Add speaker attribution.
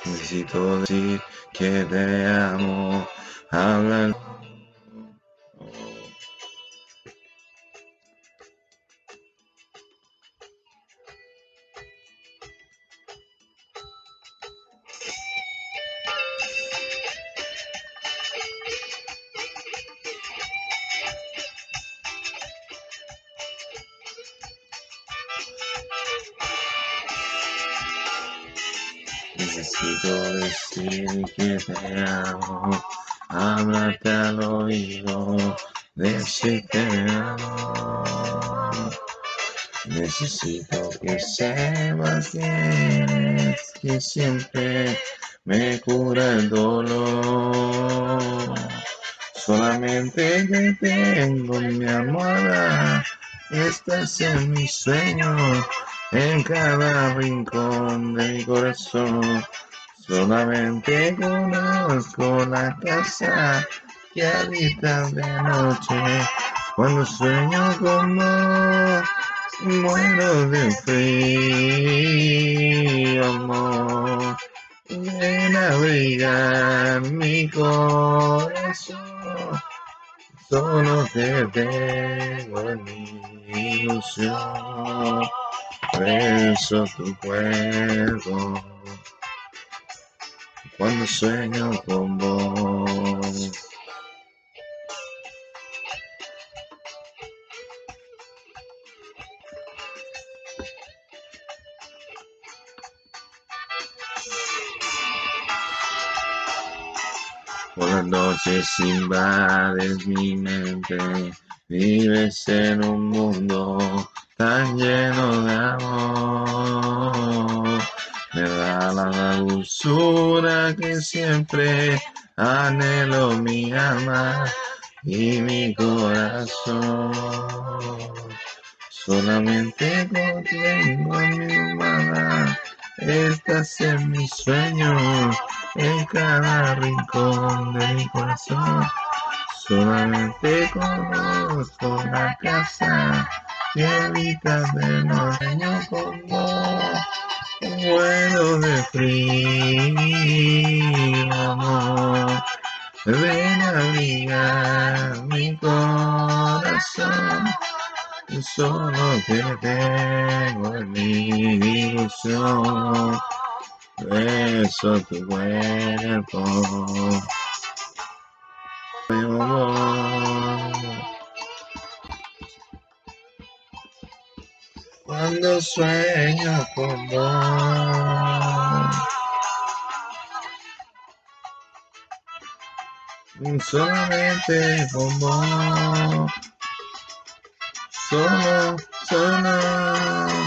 Speaker 1: Necesito decir que te amo. Habla. Necesito decir que te amo. Háblate al oído. Decir que te amo. Necesito que sepas que siempre me cura el dolor. Solamente te tengo en mi almohada, estás en mi sueño, en cada rincón de mi corazón. Solamente conozco la casa que habitas de noche, cuando sueño con vos. Muero de frío, amor. Ven a abrigar mi corazón. Solo te tengo en mi ilusión. Beso tu cuerpo cuando sueño con vos. Por las noches invades mi mente, vives en un mundo tan lleno de amor. Me da la dulzura que siempre anhelo mi alma y mi corazón. Solamente contigo en mi almohada, estás en mis sueños, en cada rincón de mi corazón. Solamente conozco la casa que habitas de los sueños con vos. Muero de frío, amor. Ven a abrigar mi corazón. Solo te tengo en mi ilusión. Beso tu cuerpo. Mi amor. Cuando sueño con vos. Solamente con vos. Solo